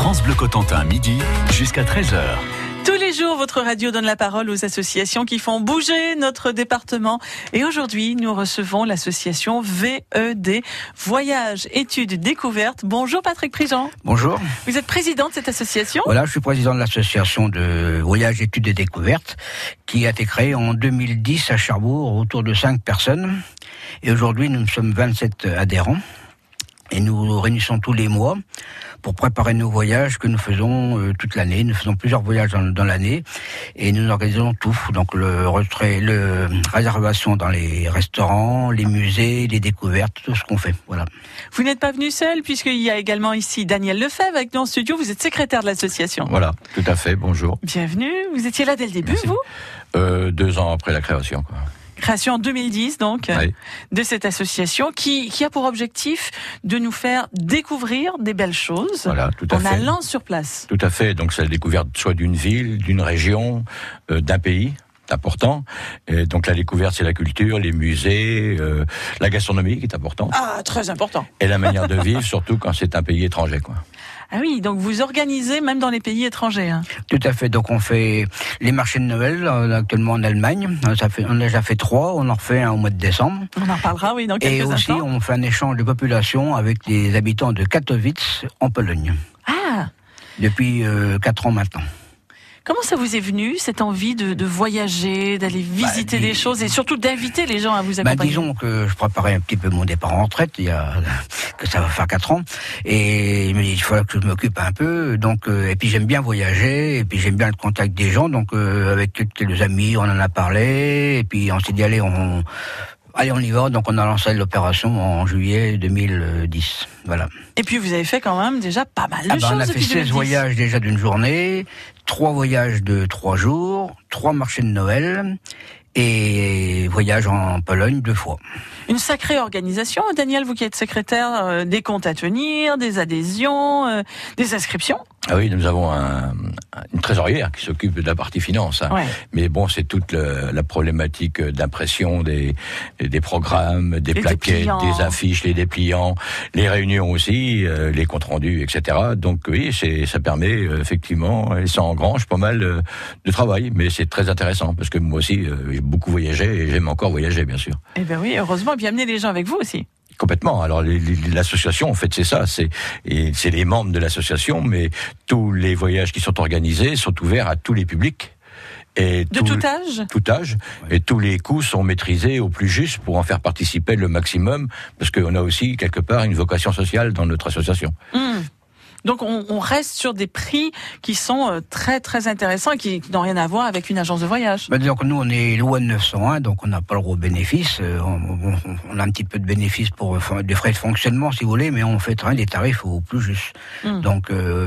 France Bleu Cotentin, midi jusqu'à 13h. Tous les jours, votre radio donne la parole aux associations qui font bouger notre département. Et aujourd'hui, nous recevons l'association VED, Voyage, Études, Découvertes. Bonjour Patrick Prigent. Bonjour. Vous êtes président de cette association ? Voilà, je suis président de l'association de Voyage, Études et Découvertes qui a été créée en 2010 à Cherbourg autour de 5 personnes. Et aujourd'hui, nous sommes 27 adhérents. Et nous nous réunissons tous les mois pour préparer nos voyages que nous faisons toute l'année. Nous faisons plusieurs voyages dans l'année et nous organisons tout. Donc le réservation dans les restaurants, les musées, les découvertes, tout ce qu'on fait. Voilà. Vous n'êtes pas venu seul puisqu'il y a également ici Daniel Lefebvre avec nous en studio. Vous êtes secrétaire de l'association. Voilà, tout à fait. Bonjour. Bienvenue. Vous étiez là dès le début, Merci. Vous 2 ans après la création, quoi. Création en 2010, donc, Oui. de cette association qui a pour objectif de nous faire découvrir des belles choses Voilà, tout à en fait. allant sur place. Tout à fait. Donc, c'est la découverte soit d'une ville, d'une région, d'un pays. C'est important. Et donc, la découverte, c'est la culture, les musées, la gastronomie qui est importante. Ah, très important. Et la manière de vivre, surtout quand c'est un pays étranger, quoi. Ah oui, donc vous organisez même dans les pays étrangers. Hein. Tout à fait. Donc on fait les marchés de Noël actuellement en Allemagne. On a déjà fait 3. On en refait un au mois de décembre. On en reparlera, oui, dans quelques Et aussi, instants. on fait un échange de population avec les habitants de Katowice en Pologne Ah, depuis 4 ans maintenant. comment ça vous est venu, cette envie de voyager, d'aller visiter des choses et surtout d'inviter les gens à vous accompagner? Disons que je préparais un petit peu mon départ en retraite, que ça va faire 4 ans, et il me dit il faut que je m'occupe un peu, donc et puis j'aime bien voyager, et puis j'aime bien le contact des gens, donc avec quelques amis on en a parlé, et puis on s'est dit allez on y va, donc on a lancé l'opération en juillet 2010, voilà. Et puis vous avez fait quand même déjà pas mal de choses On a fait depuis 16 2010. voyages déjà d'une journée, 3 voyages de 3 jours, 3 marchés de Noël, et voyage en Pologne 2 fois. Une sacrée organisation, Daniel, vous qui êtes secrétaire des comptes à tenir, des adhésions, des inscriptions. Ah oui, nous avons une trésorière qui s'occupe de la partie finance. Hein. Ouais. Mais bon, c'est toute la problématique d'impression des programmes, des Les plaquettes, dépliants. des affiches, les dépliants, les réunions aussi, les comptes rendus, etc. Donc oui, ça permet effectivement, et ça engrange pas mal de travail. Mais c'est très intéressant parce que moi aussi, j'ai beaucoup voyagé et j'aime encore voyager, bien sûr. Eh bien oui, heureusement, et puis amener les gens avec vous aussi. Complètement. Alors l'association, en fait, c'est ça. C'est les membres de l'association, mais tous les voyages qui sont organisés sont ouverts à tous les publics. Et De tout âge ? Tout âge. Et tous les coûts sont maîtrisés au plus juste pour en faire participer le maximum, parce qu'on a aussi quelque part une vocation sociale dans notre association. Donc on reste sur des prix qui sont très très intéressants et qui n'ont rien à voir avec une agence de voyage. Disons que nous, on est loi 901, donc on n'a pas le gros bénéfice. On a un petit peu de bénéfice pour des frais de fonctionnement, si vous voulez, mais on fait des tarifs au plus juste. Donc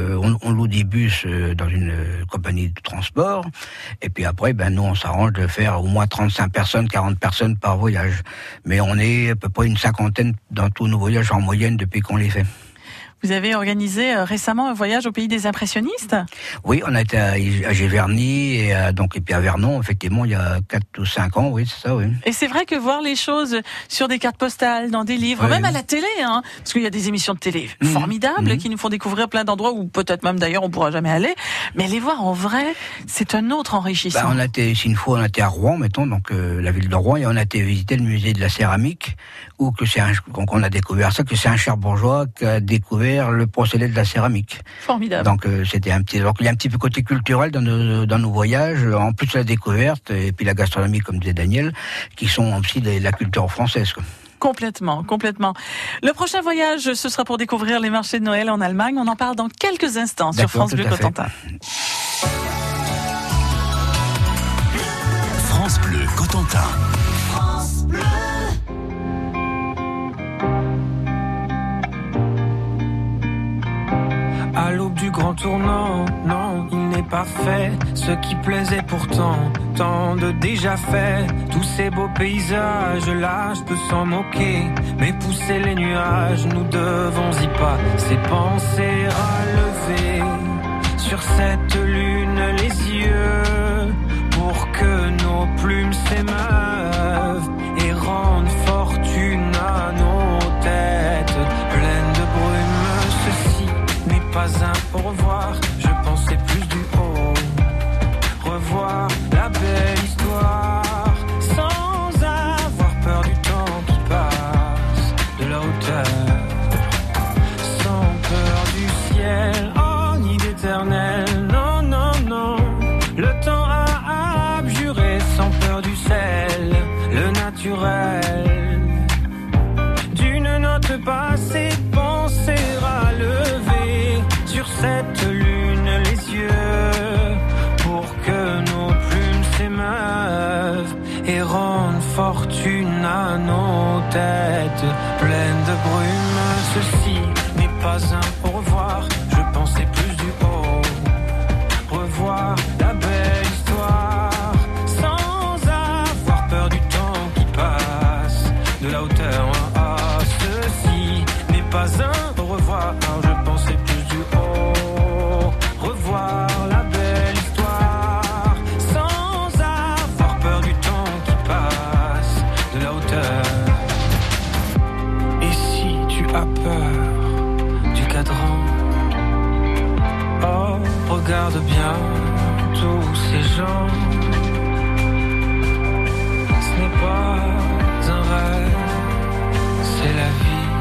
on loue des bus dans une compagnie de transport, et puis après, nous, on s'arrange de faire au moins 35 personnes, 40 personnes par voyage. Mais on est à peu près une 50aine dans tous nos voyages en moyenne depuis qu'on les fait. Vous avez organisé récemment un voyage au pays des impressionnistes ? Oui, on a été à Giverny et puis à Vernon, effectivement, il y a 4 ou 5 ans, oui, c'est ça, oui. Et c'est vrai que voir les choses sur des cartes postales, dans des livres, même à la télé, hein, parce qu'il y a des émissions de télé formidables qui nous font découvrir plein d'endroits où peut-être même d'ailleurs on pourra jamais aller, mais les voir en vrai, c'est un autre enrichissement. On a été une fois, on a été à Rouen, mettons, donc la ville de Rouen, et on a été visiter le musée de la céramique, où donc on a découvert ça, que c'est un Cherbourgeois qui a découvert le procédé de la céramique. Formidable. Donc donc il y a un petit peu côté culturel dans nos voyages, en plus de la découverte et puis la gastronomie, comme disait Daniel, qui sont aussi de la culture française, quoi. Complètement. Le prochain voyage, ce sera pour découvrir les marchés de Noël en Allemagne. On en parle dans quelques instants sur France Bleu Cotentin. France Bleu Cotentin. À l'aube du grand tournant, non, il n'est pas fait ce qui plaisait pourtant, tant de déjà fait. Tous ces beaux paysages-là, je peux s'en moquer, mais pousser les nuages, nous devons y pas. Ces pensées relever sur cette lune les yeux, pour que nos plumes s'émeuvent et rendent fortune à nos têtes pleines de brume. Ceci n'est pas un revoir, je pensais plus du haut. Revoir la belle histoire, sans avoir peur du temps qui passe, de la hauteur, sans peur du ciel, oh ni d'éternel, non, non, non. Le temps a abjuré, sans peur du sel, le naturel. D'une note passée, penser à lever sur cette lune les yeux, pour que nos plumes s'émeuvent et rendent fortune à nos têtes pleines de brume. Ceci n'est pas un au revoir, je pensais plus du haut. Revoir la belle histoire, sans avoir peur du temps qui passe, de la hauteur. Ceci n'est pas un au revoir, je pensais plus du haut. Revoir la belle histoire, sans avoir peur du temps qui passe, de la hauteur. Et si tu as peur du cadran, oh, regarde bien tous ces gens. Ce n'est pas un rêve, c'est la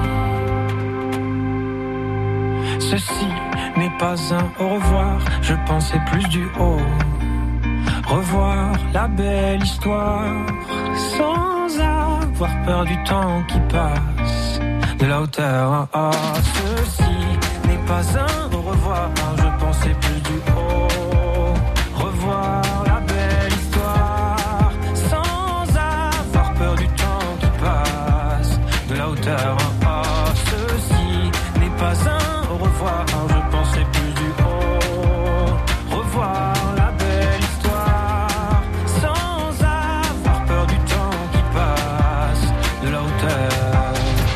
vie. Ceci n'est pas un au revoir, je pensais plus du haut. Revoir la belle histoire, sans avoir peur du temps qui passe, de la hauteur. Oh, ceci n'est pas un au revoir, je pensais plus du haut. Revoir la belle histoire, sans avoir peur du temps qui passe, de la hauteur. Oh, ceci n'est pas un au revoir, je pensais plus du haut. Revoir la belle histoire, sans avoir peur du temps qui passe, de la hauteur.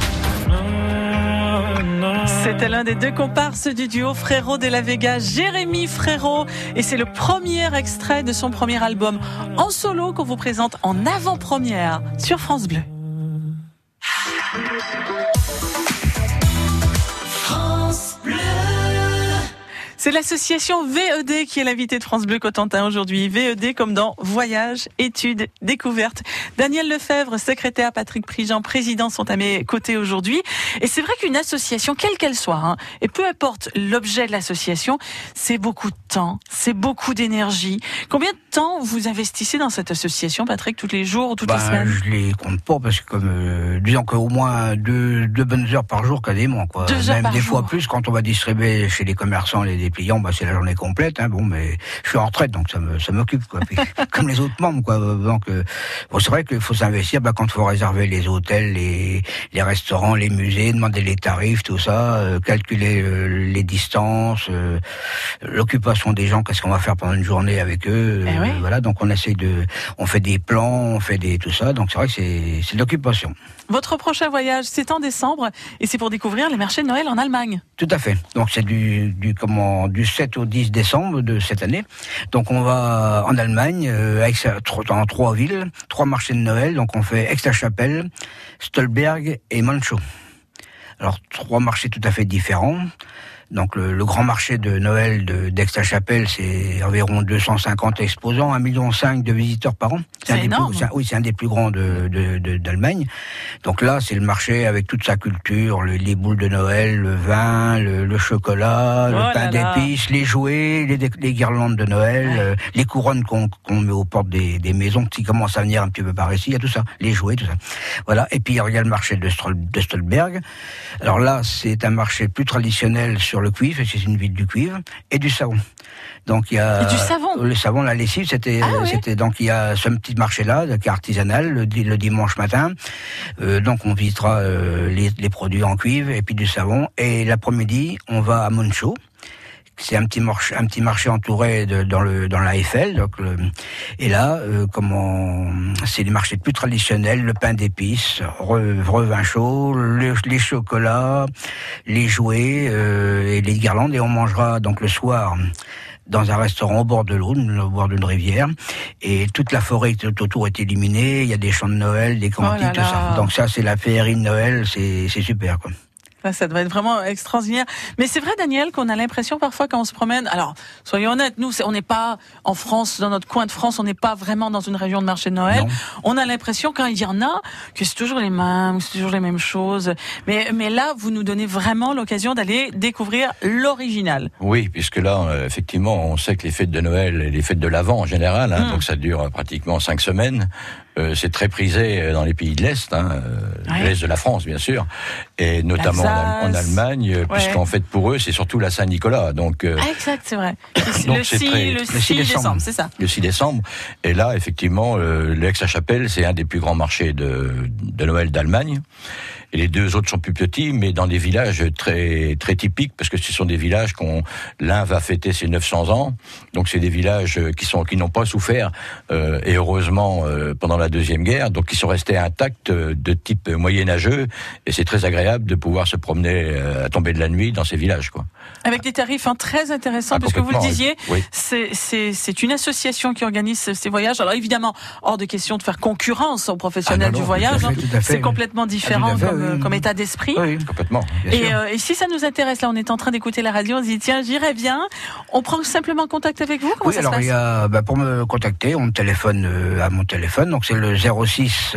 C'était l'un des deux comparses du duo Frérot de la Vega, Jérémy Frérot, et c'est le premier extrait de son premier album en solo qu'on vous présente en avant-première sur France Bleu. France Bleu. C'est l'association VED qui est l'invité de France Bleu Cotentin aujourd'hui. VED comme dans Voyage, Études, Découvertes. Daniel Lefebvre, secrétaire, Patrick Prigent, président sont à mes côtés aujourd'hui. Et c'est vrai qu'une association, quelle qu'elle soit, et peu importe l'objet de l'association, c'est beaucoup de temps, c'est beaucoup d'énergie. Combien de temps vous investissez dans cette association, Patrick, tous les jours ou toutes les semaines? Je les compte pas parce que comme disons qu'au moins deux bonnes heures par jour quasiment, quoi. 2 heures même par des jour. fois plus quand on va distribuer chez les commerçants les dépliants, c'est la journée complète. Bon, mais je suis en retraite donc ça m'occupe, quoi. Puis, comme les autres membres, quoi. Donc bon, c'est vrai qu'il faut s'investir quand il faut réserver les hôtels, les restaurants, les musées, demander les tarifs, tout ça, calculer les distances, l'occupation des gens, qu'est-ce qu'on va faire pendant une journée avec eux. Oui. Voilà, donc on fait des plans, on fait tout ça. Donc c'est vrai que c'est de l'occupation. Votre prochain voyage, c'est en décembre et c'est pour découvrir les marchés de Noël en Allemagne. Tout à fait. Donc c'est du 7 au 10 décembre de cette année. Donc on va en Allemagne, dans 3 villes, 3 marchés de Noël. Donc on fait Aix-la-Chapelle, Stolberg et Manchow. Alors 3 marchés tout à fait différents. Donc le grand marché de Noël d'Aix-la-Chapelle, c'est environ 250 exposants, 1,5 million de visiteurs par an. C'est énorme. C'est un des plus grands d'Allemagne. Donc là, c'est le marché avec toute sa culture, les boules de Noël, le vin, le chocolat, le pain d'épices, les jouets, les guirlandes de Noël, les couronnes qu'on met aux portes des maisons qui commencent à venir un petit peu par ici, il y a tout ça, les jouets, tout ça. Voilà. Et puis il y a le marché de Stolberg. Alors là, c'est un marché plus traditionnel sur le cuivre, c'est une ville du cuivre, et du savon. Donc il y a du savon. Le savon, la lessive, c'était donc il y a ce petit marché-là, qui est artisanal, le dimanche matin. Donc on visitera les produits en cuivre et puis du savon. Et l'après-midi, on va à Manchow. C'est un petit marché entouré dans la Eiffel. Donc et là, c'est les marchés plus traditionnels, le pain d'épices, vin chaud, les chocolats, les jouets et les guirlandes. Et on mangera donc le soir dans un restaurant au bord de l'eau, au bord d'une rivière, et toute la forêt tout autour est éliminée. Il y a des chants de Noël, des cantines, tout ça. Donc ça, c'est la féerie de Noël, c'est super, quoi. Ça doit être vraiment extraordinaire. Mais c'est vrai, Daniel, qu'on a l'impression parfois quand on se promène. Alors, soyons honnêtes, nous, on n'est pas en France, dans notre coin de France, on n'est pas vraiment dans une région de marché de Noël. Non. On a l'impression, quand il y en a, que c'est toujours les mêmes, c'est toujours les mêmes choses. Mais là, vous nous donnez vraiment l'occasion d'aller découvrir l'original. Oui, puisque là, effectivement, on sait que les fêtes de Noël et les fêtes de l'Avent en général, donc ça dure pratiquement 5 semaines. C'est très prisé dans les pays de l'Est, l'Est de la France, bien sûr, et notamment en Allemagne, puisqu'en fait, pour eux, c'est surtout la Saint-Nicolas. Donc, exact, c'est vrai. Donc, le 6 décembre, c'est ça. Le 6 décembre. Et là, effectivement, l'Aix-la-Chapelle, c'est un des plus grands marchés de Noël d'Allemagne. Et les deux autres sont plus petits, mais dans des villages très très typiques, parce que ce sont des villages l'un va fêter ses 900 ans, donc c'est des villages qui n'ont pas souffert, et heureusement pendant la Deuxième Guerre, donc qui sont restés intacts de type moyenâgeux, et c'est très agréable de pouvoir se promener à tomber de la nuit dans ces villages, quoi. Avec des tarifs très intéressants, parce que vous le disiez, oui. C'est une association qui organise ces voyages. Alors évidemment, hors de question de faire concurrence aux professionnels du voyage, c'est complètement différent comme état d'esprit. Oui, complètement. Et si ça nous intéresse, là, on est en train d'écouter la radio, on se dit tiens, j'irai bien. On prend simplement contact avec vous. Comment ça se passe? Pour me contacter, on me téléphone à mon téléphone, donc c'est le 06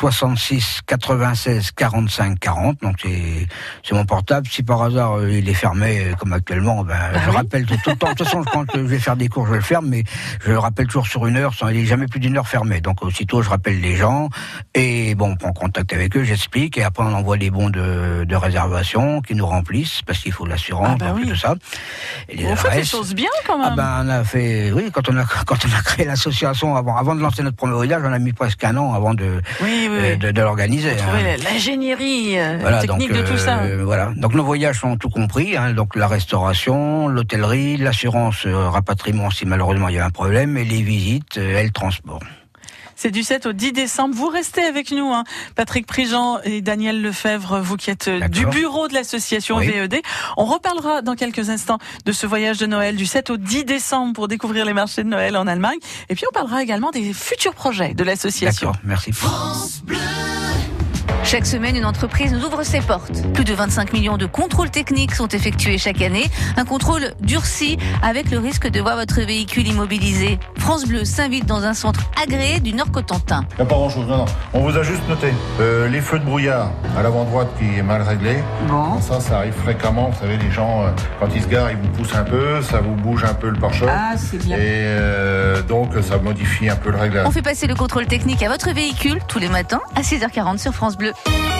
66 96 45 40. Donc c'est mon portable. Si par hasard il est fermé comme actuellement, je rappelle tout le temps. De toute façon, quand je vais faire des cours, je le ferme, mais je rappelle toujours sur une heure. Il n'est jamais plus d'une heure fermé. Donc aussitôt, je rappelle les gens et on prend contact avec eux, j'explique et après on envoie les bons de réservation qui nous remplissent parce qu'il faut l'assurance, tout ça. Et on fait des choses bien quand même. On a fait, oui, quand on a créé l'association avant de lancer notre premier voyage, on a mis presque un an avant de l'organiser. L'ingénierie technique de tout ça. Voilà. Donc nos voyages sont tout compris, donc la restauration, l'hôtellerie, l'assurance rapatriement si malheureusement il y a un problème, et les visites et le transport. C'est du 7 au 10 décembre. Vous restez avec nous, Patrick Prigent et Daniel Lefebvre, vous qui êtes du bureau de l'association VED. On reparlera dans quelques instants de ce voyage de Noël du 7 au 10 décembre pour découvrir les marchés de Noël en Allemagne. Et puis on parlera également des futurs projets de l'association. D'accord, merci. France Bleu. Chaque semaine, une entreprise nous ouvre ses portes. Plus de 25 millions de contrôles techniques sont effectués chaque année. Un contrôle durci avec le risque de voir votre véhicule immobilisé. France Bleu s'invite dans un centre agréé du Nord-Cotentin. Il n'y a pas grand-chose, non. On vous a juste noté les feux de brouillard à l'avant-droite qui est mal réglé. Bon. Ça arrive fréquemment. Vous savez, les gens, quand ils se garent, ils vous poussent un peu, ça vous bouge un peu le pare-choc. Ah, c'est bien. Et donc, ça modifie un peu le réglage. On fait passer le contrôle technique à votre véhicule tous les matins à 6h40 sur France Bleu.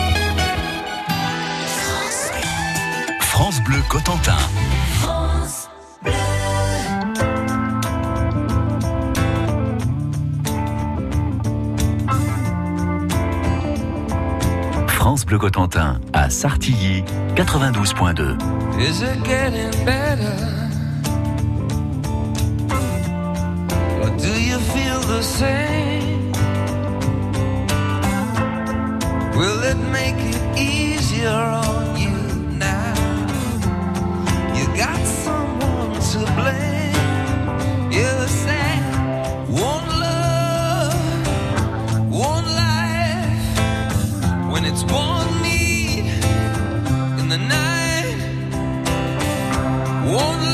France Bleu Cotentin. France Bleu. France Bleu Cotentin à Sartilly 92.2. Is it getting better? Or do you feel the same? Will it make it easier on you now? You got someone to blame. You're sad. One love, one life. When it's one need in the night. One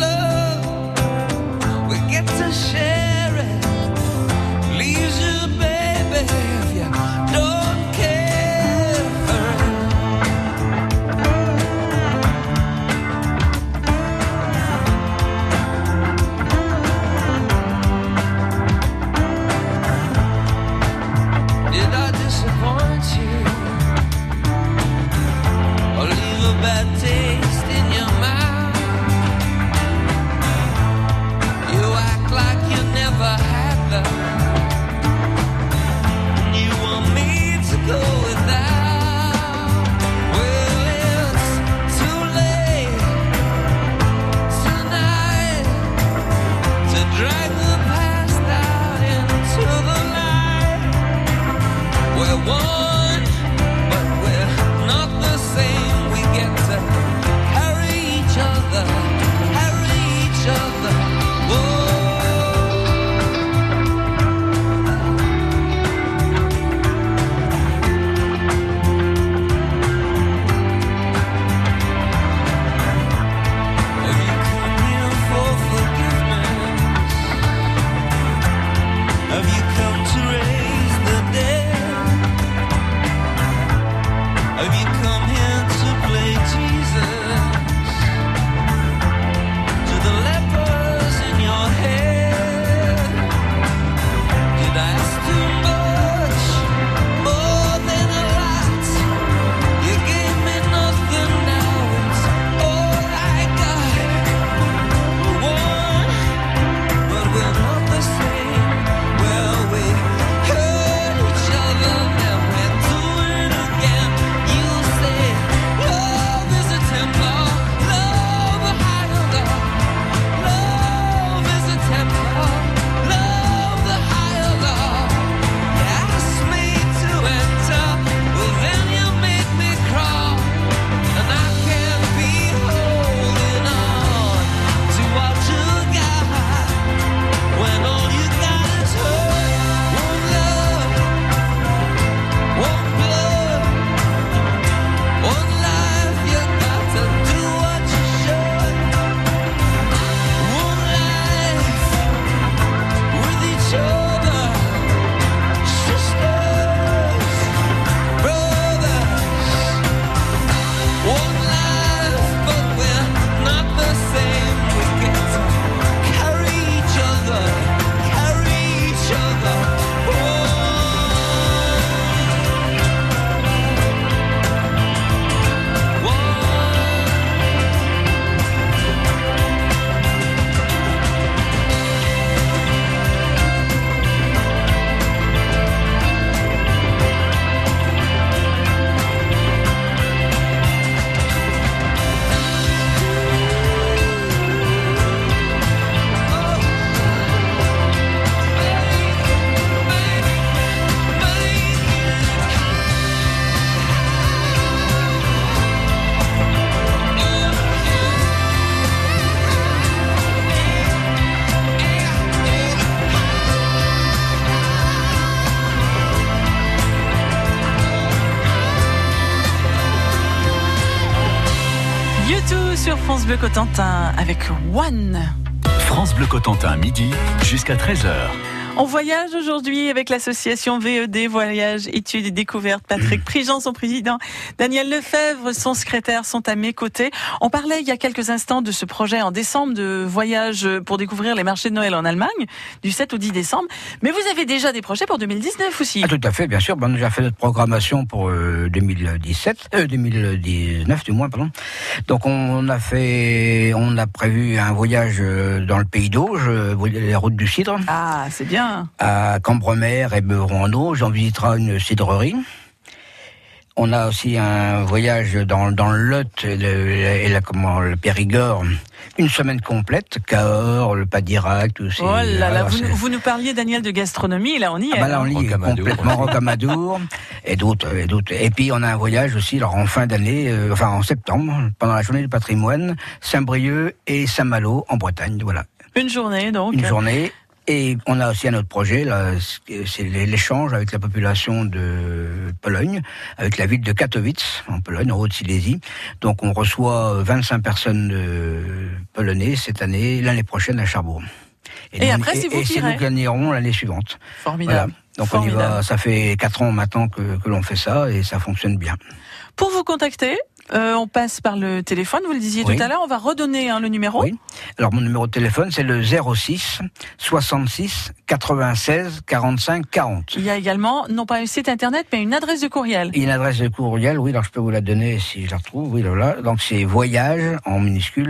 Bleu Cotentin avec One. France Bleu Cotentin, midi jusqu'à 13h. On voyage aujourd'hui avec l'association VED, Voyage, Études et Découvertes. Patrick Prigent, son président, Daniel Lefebvre, son secrétaire, sont à mes côtés. On parlait il y a quelques instants de ce projet en décembre de voyage pour découvrir les marchés de Noël en Allemagne, du 7 au 10 décembre. Mais vous avez déjà des projets pour 2019 aussi. Ah, tout à fait, bien sûr. On a déjà fait notre programmation pour 2019 du moins, pardon. Donc on a prévu un voyage dans le Pays d'Auge, les routes du cidre. Ah, c'est bien. À Cambremer et Beuvron-en-Auge, on visitera une cidrerie. On a aussi un voyage dans le Lot et le Périgord, une semaine complète, Cahors, le Pas d'Irak, tout ça. Oh là là, vous nous parliez, Daniel, de gastronomie, là on y est. Là on y est complètement, Rocamadour et d'autres. Et puis on a un voyage aussi, alors en fin d'année, en septembre, pendant la journée du patrimoine, Saint-Brieuc et Saint-Malo en Bretagne, voilà. Une journée donc. Une journée. Et on a aussi un autre projet, là, c'est l'échange avec la population de Pologne, avec la ville de Katowice, en Pologne, en Haute-Silésie. Donc on reçoit 25 personnes polonais cette année, l'année prochaine à Cherbourg. Et après, si vous c'est nous qui gagnerons l'année suivante. Formidable. Voilà. Donc Formidable. on y va, ça fait 4 ans maintenant que l'on fait ça, et ça fonctionne bien. Pour vous contacter, on passe par le téléphone, vous le disiez tout à l'heure, on va redonner le numéro. Oui. Alors mon numéro de téléphone, c'est le 06 66 96 45 40. Il y a également, non pas un site internet, mais une adresse de courriel. Une adresse de courriel, oui, alors je peux vous la donner si je la retrouve, oui, voilà. Donc c'est voyage, en minuscule,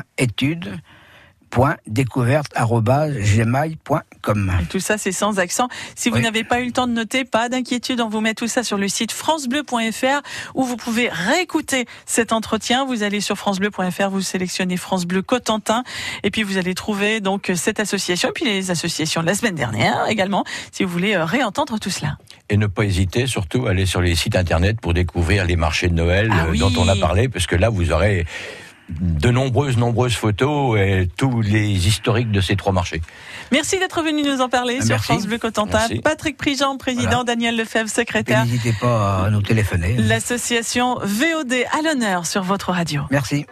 .études.découverte@gmail.com. Et tout ça, c'est sans accent. Si vous n'avez pas eu le temps de noter, pas d'inquiétude, on vous met tout ça sur le site francebleu.fr où vous pouvez réécouter cet entretien. Vous allez sur francebleu.fr, vous sélectionnez France Bleu Cotentin et puis vous allez trouver donc cette association et puis les associations de la semaine dernière également, si vous voulez réentendre tout cela. Et ne pas hésiter surtout à aller sur les sites internet pour découvrir les marchés de Noël dont on a parlé, parce que là vous aurez de nombreuses photos et tous les historiques de ces 3 marchés. Merci d'être venu nous en parler sur France Bleu Cotentin. Merci. Patrick Prigent, président, voilà. Daniel Lefebvre, secrétaire. N'hésitez pas à nous téléphoner. L'association VOD à l'honneur sur votre radio. Merci.